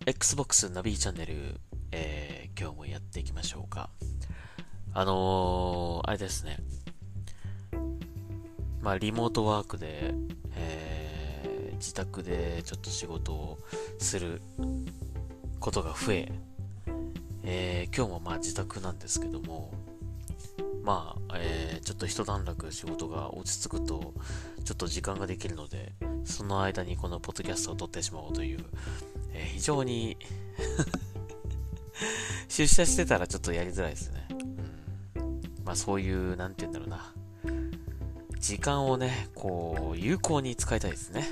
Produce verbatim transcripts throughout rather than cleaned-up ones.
Xbox ナビチャンネル、えー今日もやっていきましょうか。あのー、あれですね。まあ、リモートワークで、えー自宅でちょっと仕事をすることが増え、えー今日もまあ自宅なんですけども、まあ、えーちょっと一段落仕事が落ち着くと、ちょっと時間ができるので、その間にこのポッドキャストを撮ってしまおうという、えー非常に出社してたらちょっとやりづらいですね。うん。まあそういう、なんて言うんだろうな。時間をね、こう、有効に使いたいですね。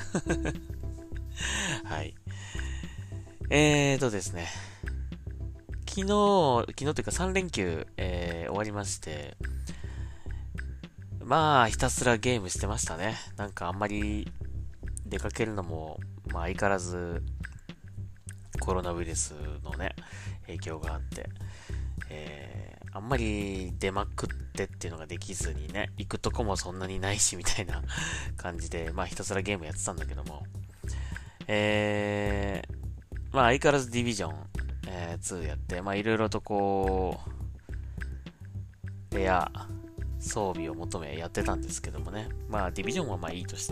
はい。えーとですね。昨日、昨日というかさん連休、えー終わりまして、まあ、ひたすらゲームしてましたね。なんかあんまり出かけるのも、まあ相変わらずコロナウイルスのね、影響があって、えー、あんまり出まくってっていうのができずにね、行くとこもそんなにないしみたいな感じで、まあひたすらゲームやってたんだけども、えー、まあ相変わらずディビジョン、えー、ツーやって、まあいろいろとこう、レア装備を求めやってたんですけどもね、まあディビジョンはまあいいとして、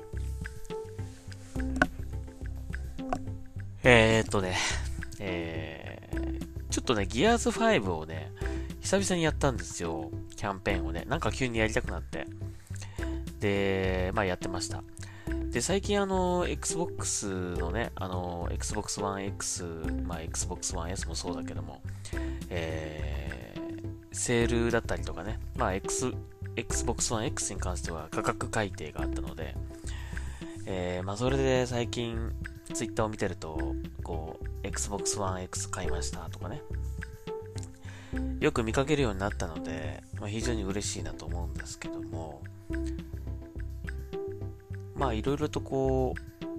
えーっとね、えー、ちょっとね、ギアーズファイブをね、久々にやったんですよ。キャンペーンをね。なんか急にやりたくなって。で、まあやってました。で、最近あの、Xbox のね、あの、Xbox One X、まあ Xbox One S もそうだけども、えー、セールだったりとかね、まあ X、Xbox One X に関しては価格改定があったので、えー、まあそれで最近 Twitter を見てると、こう、Xbox One X 買いましたとかね、よく見かけるようになったので、まあ、非常に嬉しいなと思うんですけども、まあいろいろとこ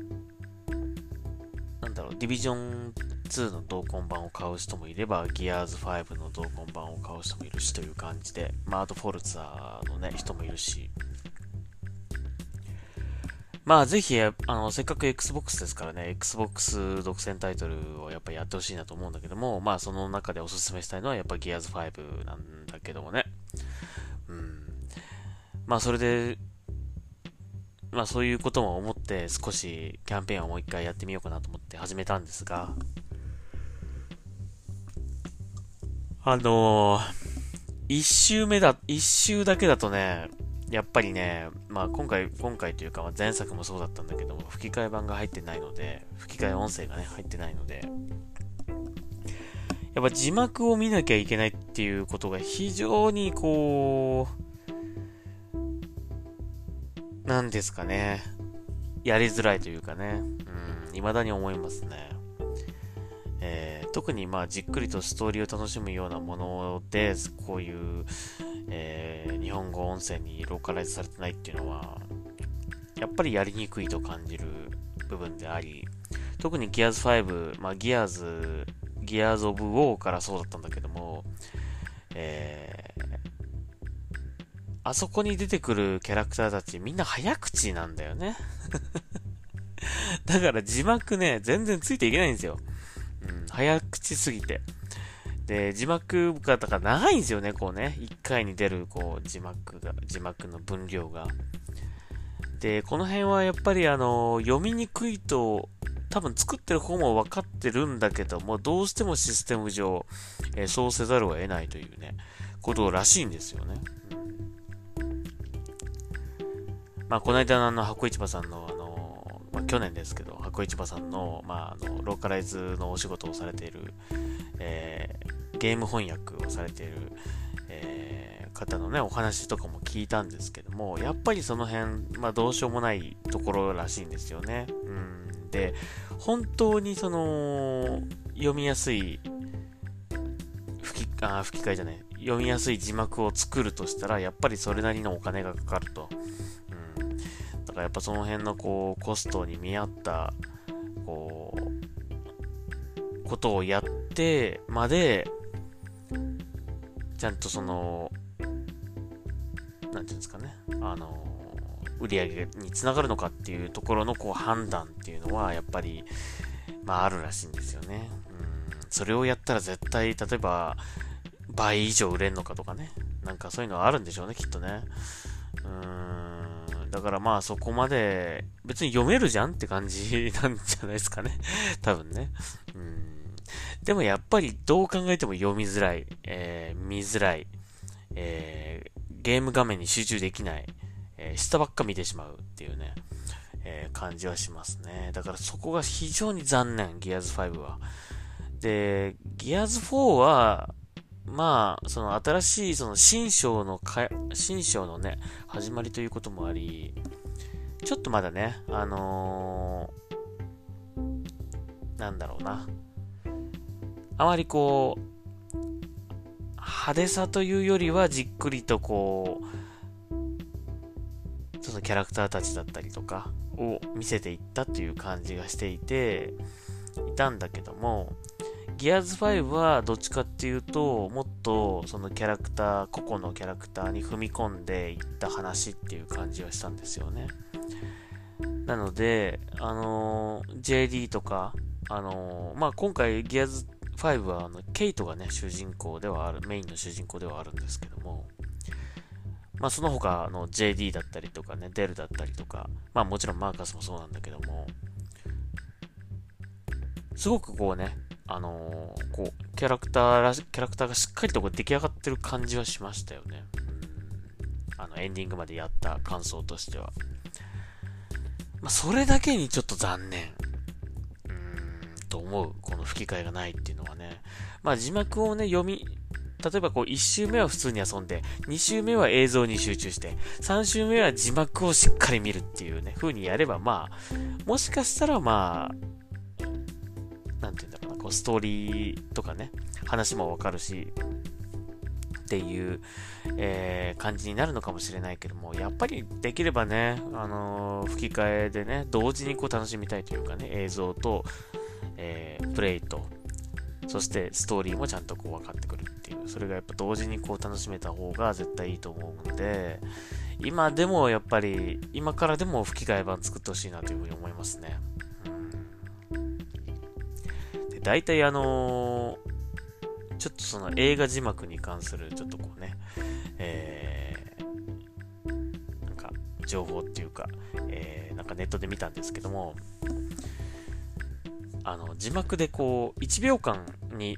う、なんだろう、ディビジョンツーの同梱版を買う人もいれば、ギアーズファイブの同梱版を買う人もいるしという感じで、まああとフォルツァのね、人もいるし、まあぜひ、あの、せっかく Xbox ですからね、Xbox 独占タイトルをやっぱりやってほしいなと思うんだけども、まあその中でおすすめしたいのはやっぱギアーズファイブなんだけどもね。うん。まあそれで、まあそういうことも思って少しキャンペーンをもう一回やってみようかなと思って始めたんですが、あのー、一周目だ、一周だけだとね、やっぱりね、まあ今回、今回というかまあ前作もそうだったんだけども、吹き替え版が入ってないので、吹き替え音声がね、入ってないので、やっぱ字幕を見なきゃいけないっていうことが非常にこう、なんですかね、やりづらいというかね、うん、未だに思いますね。えー特にまあじっくりとストーリーを楽しむようなもので、こういう、えー日本語音声にローカライズされてないっていうのは、やっぱりやりにくいと感じる部分であり、特にギアーズファイブ、まあギアーズ、ギアーズオブウォーからそうだったんだけども、えーあそこに出てくるキャラクターたちみんな早口なんだよね。だから字幕ね、全然ついていけないんですよ。うん、早口すぎて。で、字幕が、だから長いんですよね、こうね。一回に出る、こう、字幕が、字幕の分量が。で、この辺はやっぱりあの、読みにくいと、多分作ってる方も分かってるんだけども、どうしてもシステム上、えーそうせざるを得ないというね、ことらしいんですよね。まあ、この間のあの、箱市場さんのあの、まあ、去年ですけど、箱市場さんの、まあ、あの、ローカライズのお仕事をされている、えー、ゲーム翻訳をされている、えー、方のね、お話とかも聞いたんですけども、やっぱりその辺、まあ、どうしようもないところらしいんですよね。うん。で、本当にその、読みやすい、吹き、あ、吹き替えじゃない、読みやすい字幕を作るとしたら、やっぱりそれなりのお金がかかると。うん。だからやっぱその辺のこう、コストに見合った、こう、ことをやってまで、ちゃんとその、なんていうんですかね、あの、売り上げにつながるのかっていうところのこう判断っていうのは、やっぱり、 まああるらしいんですよね。うん、それをやったら絶対、例えば、倍以上売れんのかとかね。なんかそういうのはあるんでしょうね、きっとね。うーん。だからまあそこまで、別に読めるじゃんって感じなんじゃないですかね。多分ね。うん。でもやっぱりどう考えても読みづらい、えー、見づらい、えー、ゲーム画面に集中できない、えー、下ばっか見てしまうっていうね、えー、感じはしますね。だからそこが非常に残念、ギアーズファイブは。で、ギアーズフォーは、まあ、その新しい、その新章のか、新章のね、始まりということもあり、ちょっとまだね、あのー、なんだろうな。あまりこう、派手さというよりはじっくりとこう、そのキャラクターたちだったりとかを見せていったという感じがしていて、いたんだけども、ギアーズファイブはどっちかっていうと、もっとそのキャラクター、個々のキャラクターに踏み込んでいった話っていう感じはしたんですよね。なので、あのー、ジェーディー とか、あのー、まあ、今回ギアーズファイブはあのケイトがね、主人公ではある、メインの主人公ではあるんですけども、まあ、その他の ジェーディー だったりとかね、デルだったりとか、まあ、もちろんマーカスもそうなんだけども、すごくこうね、あのー、こう、キャラクターらし、キャラクターがしっかりとこう出来上がってる感じはしましたよね。うん、あの、エンディングまでやった感想としては。まあ、それだけにちょっと残念。うーん、と思う。この吹き替えがないっていうのはね。まあ、字幕をね、読み、例えばこう、いち周目は普通に遊んで、に周目は映像に集中して、さん周目は字幕をしっかり見るっていうね、風にやれば、まあ、もしかしたらまあ、なんていうんだろうな、こう、ストーリーとかね、話もわかるし、っていう、えー、感じになるのかもしれないけども、やっぱりできればね、あのー、吹き替えでね、同時にこう楽しみたいというかね、映像と、えー、プレイと、そしてストーリーもちゃんとこう分かってくるっていう、それがやっぱ同時にこう楽しめた方が絶対いいと思うので、今でもやっぱり、今からでも吹き替え版作ってほしいなというふうに思いますね。うん、で大体あのー、ちょっとその映画字幕に関するちょっとこうね、えー、なんか情報っていうか、えー、なんかネットで見たんですけども、あの字幕でこういちびょうかんに、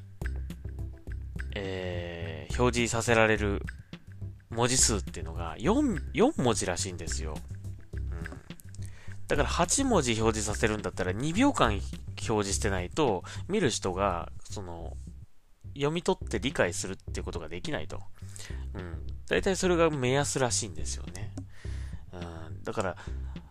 えー、表示させられる文字数っていうのが よん, よん文字らしいんですよ、うん、だからはち文字表示させるんだったらにびょうかん表示してないと見る人がその読み取って理解するっていうことができないと。うん。大体それが目安らしいんですよね。うん。だから、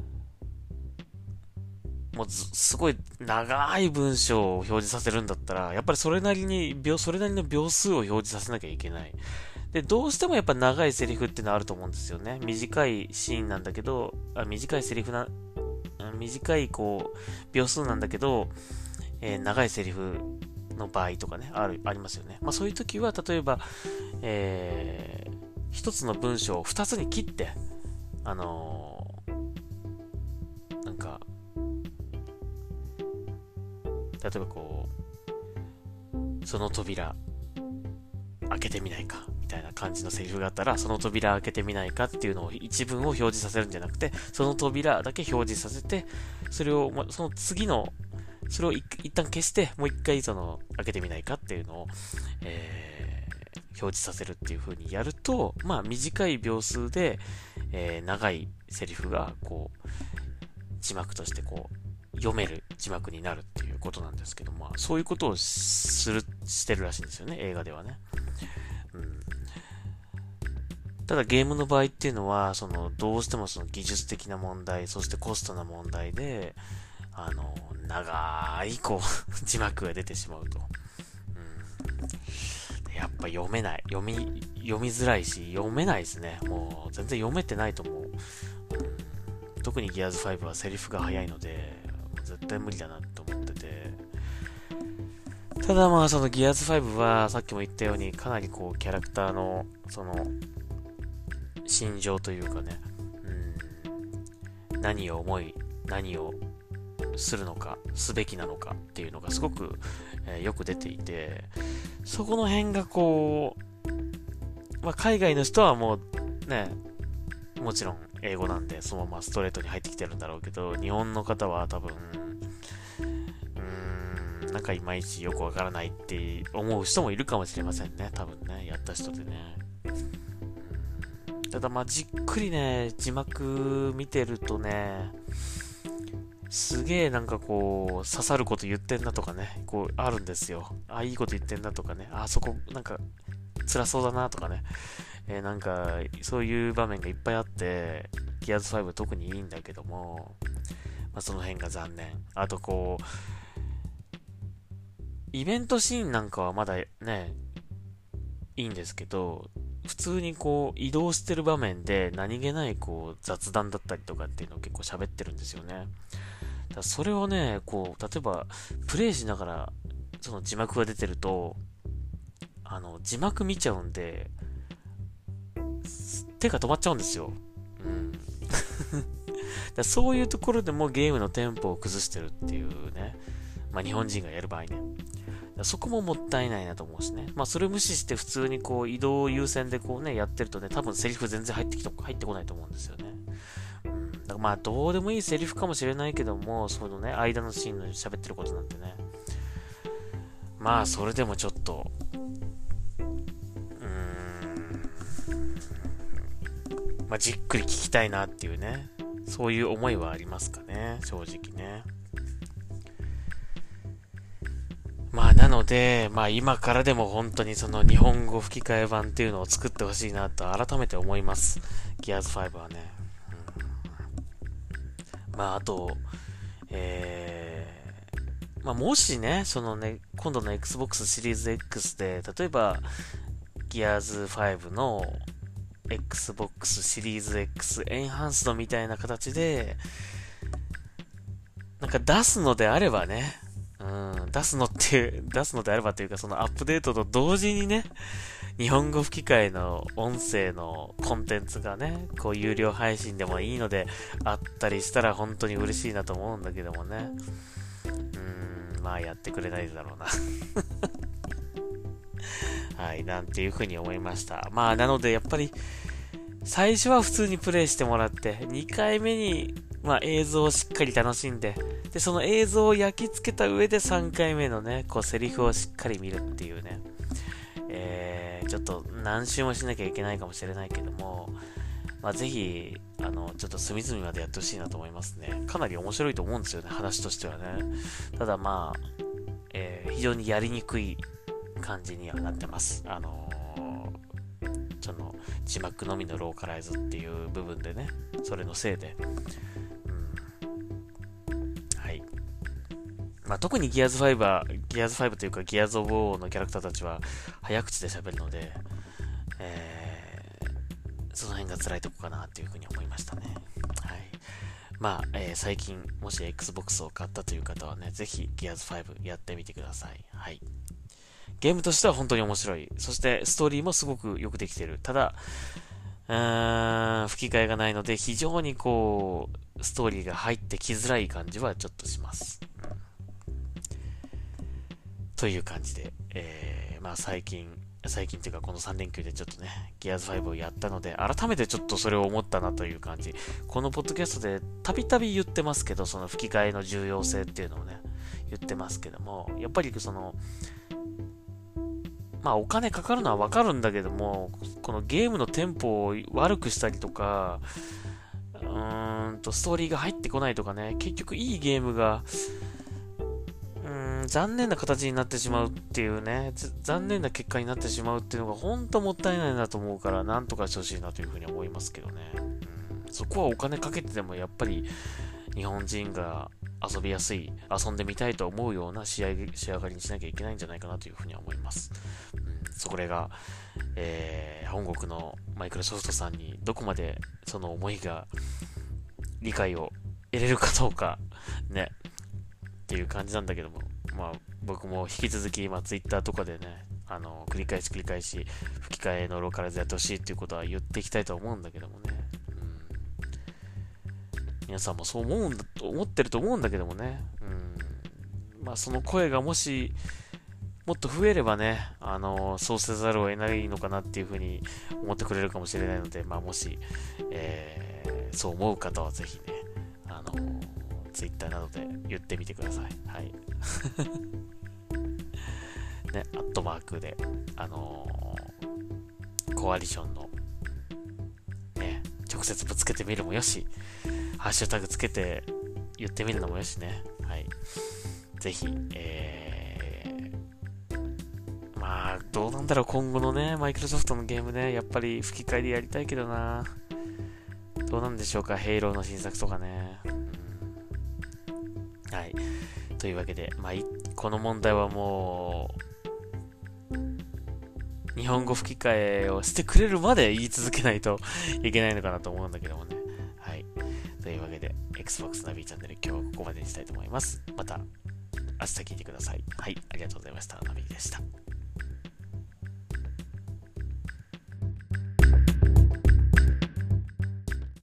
もうすごい長い文章を表示させるんだったら、やっぱりそれなりに秒、それなりの秒数を表示させなきゃいけない。で、どうしてもやっぱ長いセリフっていうのはあると思うんですよね。短いシーンなんだけど、あ短いセリフな、短いこう、秒数なんだけど、えー、長いセリフの場合とかね、ある、ありますよね。まあそういう時は、例えば、えー、一つの文章を二つに切って、あのー、なんか、例えばこう、その扉、開けてみないか、みたいな感じのセリフがあったら、その扉開けてみないかっていうのを一文を表示させるんじゃなくて、その扉だけ表示させて、それを、その次のそれを一旦消して、もう一回その、開けてみないかっていうのを、えー、表示させるっていう風にやると、まあ短い秒数で、えー、長いセリフが、こう、字幕としてこう、読める字幕になるっていうことなんですけども、まあ、そういうことをする、してるらしいんですよね、映画ではね。うん。ただゲームの場合っていうのは、その、どうしてもその技術的な問題、そしてコストな問題で、あの、長い、こう、字幕が出てしまうと。うん、やっぱ読めない。読み、読みづらいし、読めないですね。もう、全然読めてないと思う。うん、特にギアーズファイブはセリフが早いので、絶対無理だなと思ってて。ただまあ、そのギアーズファイブは、さっきも言ったように、かなりこう、キャラクターの、その、心情というかね、うん、何を思い、何をするのか、すべきなのかっていうのがすごく、えーよく出ていて、そこの辺がこう、まあ、海外の人はもうね、もちろん英語なんでそのままストレートに入ってきてるんだろうけど、日本の方は多分、うーん、なんかいまいちよくわからないって思う人もいるかもしれませんね。多分ね、やった人でね。ただまあじっくりね、字幕見てるとね、すげえなんかこう、刺さること言ってんなとかね、こうあるんですよ。あ、いいこと言ってんなとかね、あ、そこなんか辛そうだなとかね、えーなんかそういう場面がいっぱいあって、ギアーズファイブ特にいいんだけども、まあ、その辺が残念。あとこう、イベントシーンなんかはまだね、いいんですけど、普通にこう移動してる場面で何気ないこう雑談だったりとかっていうのを結構喋ってるんですよね。だからそれをね、こう、例えばプレイしながらその字幕が出てると、あの、字幕見ちゃうんで、手が止まっちゃうんですよ。うん。だからそういうところでもゲームのテンポを崩してるっていうね。まあ日本人がやる場合ね。そこももったいないなと思うしね。まあそれを無視して普通にこう移動優先でこうね、やってるとね、多分セリフ全然入ってきと、入ってこないと思うんですよね。うん。だからまあどうでもいいセリフかもしれないけども、そのね、間のシーンの喋ってることなんてね。まあそれでもちょっと、うーん、まあじっくり聞きたいなっていうね。そういう思いはありますかね、正直ね。まあなので、まあ今からでも本当にその日本語吹き替え版っていうのを作ってほしいなと改めて思います。ギアーズファイブはね。うん、まああと、えー、まあもしね、そのね、今度の Xbox シリーズ X で、例えばギアーズファイブの Xbox シリーズ X エンハンスドみたいな形で、なんか出すのであればね、うん、出すのっていう、出すのであればというか、そのアップデートと同時にね、日本語吹き替えの音声のコンテンツがね、こう有料配信でもいいのであったりしたら本当に嬉しいなと思うんだけどもね。うーん、まあやってくれないだろうな。はい、なんていうふうに思いました。まあなのでやっぱり、最初は普通にプレイしてもらって、にかいめに、まあ映像をしっかり楽しんで、で、その映像を焼き付けた上でさんかいめのね、こうセリフをしっかり見るっていうね、えー、ちょっと何周もしなきゃいけないかもしれないけども、まあぜひ、あの、ちょっと隅々までやってほしいなと思いますね。かなり面白いと思うんですよね、話としてはね。ただまあ、えー非常にやりにくい感じにはなってます。あのーその字幕のみのローカライズっていう部分でね、それのせいで、うん、はい。まあ、特にギアーズファイブは、ギアーズファイブというかギアーズオブオーのキャラクターたちは早口で喋るので、えー、その辺が辛いとこかなっていうふうに思いましたね。はい。まあ、えー最近、もし Xbox を買ったという方はね、ぜひギアーズファイブやってみてください。はい。ゲームとしては本当に面白い。そしてストーリーもすごくよくできてる。ただ、うーん、吹き替えがないので非常にこう、ストーリーが入ってきづらい感じはちょっとします。という感じで、えー、まあ最近、最近というかこのさん連休でちょっとね、ギアーズファイブをやったので、改めてちょっとそれを思ったなという感じ。このポッドキャストでたびたび言ってますけど、その吹き替えの重要性っていうのをね、言ってますけども、やっぱりその、まあお金かかるのはわかるんだけども、このゲームのテンポを悪くしたりとか、うーんとストーリーが入ってこないとかね、結局いいゲームが、うーん、残念な形になってしまうっていうね、残念な結果になってしまうっていうのが本当もったいないなと思うから、なんとかしてほしいなというふうに思いますけどね。うん、そこはお金かけてでもやっぱり日本人が遊びやすい、遊んでみたいと思うような仕上げ仕上がりにしなきゃいけないんじゃないかなというふうには思います。うん、それが、えー、本国のマイクロソフトさんにどこまでその思いが理解を得れるかどうか、ね、っていう感じなんだけども、まあ僕も引き続き、まあ Twitter とかでね、あの、繰り返し繰り返し吹き替えのローカライズやってほしいっていうことは言っていきたいと思うんだけどもね。 皆さんもそう思うんだと思ってると思うんだけどもね。うん。まあその声がもし、もっと増えればね、あのそうせざるを得ないのかなっていうふうに思ってくれるかもしれないので、まあもし、えー、そう思う方はぜひね、あのツイッターなどで言ってみてください。はい。ね、アットマークで、あのーコアリションの、ね、直接ぶつけてみるもよし、ハッシュタグつけて言ってみるのもよしね。はい。ぜひ、えー、まあ、どうなんだろう、今後のね、マイクロソフトのゲームね、やっぱり吹き替えでやりたいけどな。どうなんでしょうか、ヘイローの新作とかね。うん、はい。というわけで、まあ、この問題はもう、日本語吹き替えをしてくれるまで言い続けないといけないのかなと思うんだけどもね。はい。というわけで、Xbox ナビチャンネル今日はここまでにしたいと思います。また明日聞いてください。はい。ありがとうございました。ナビでした。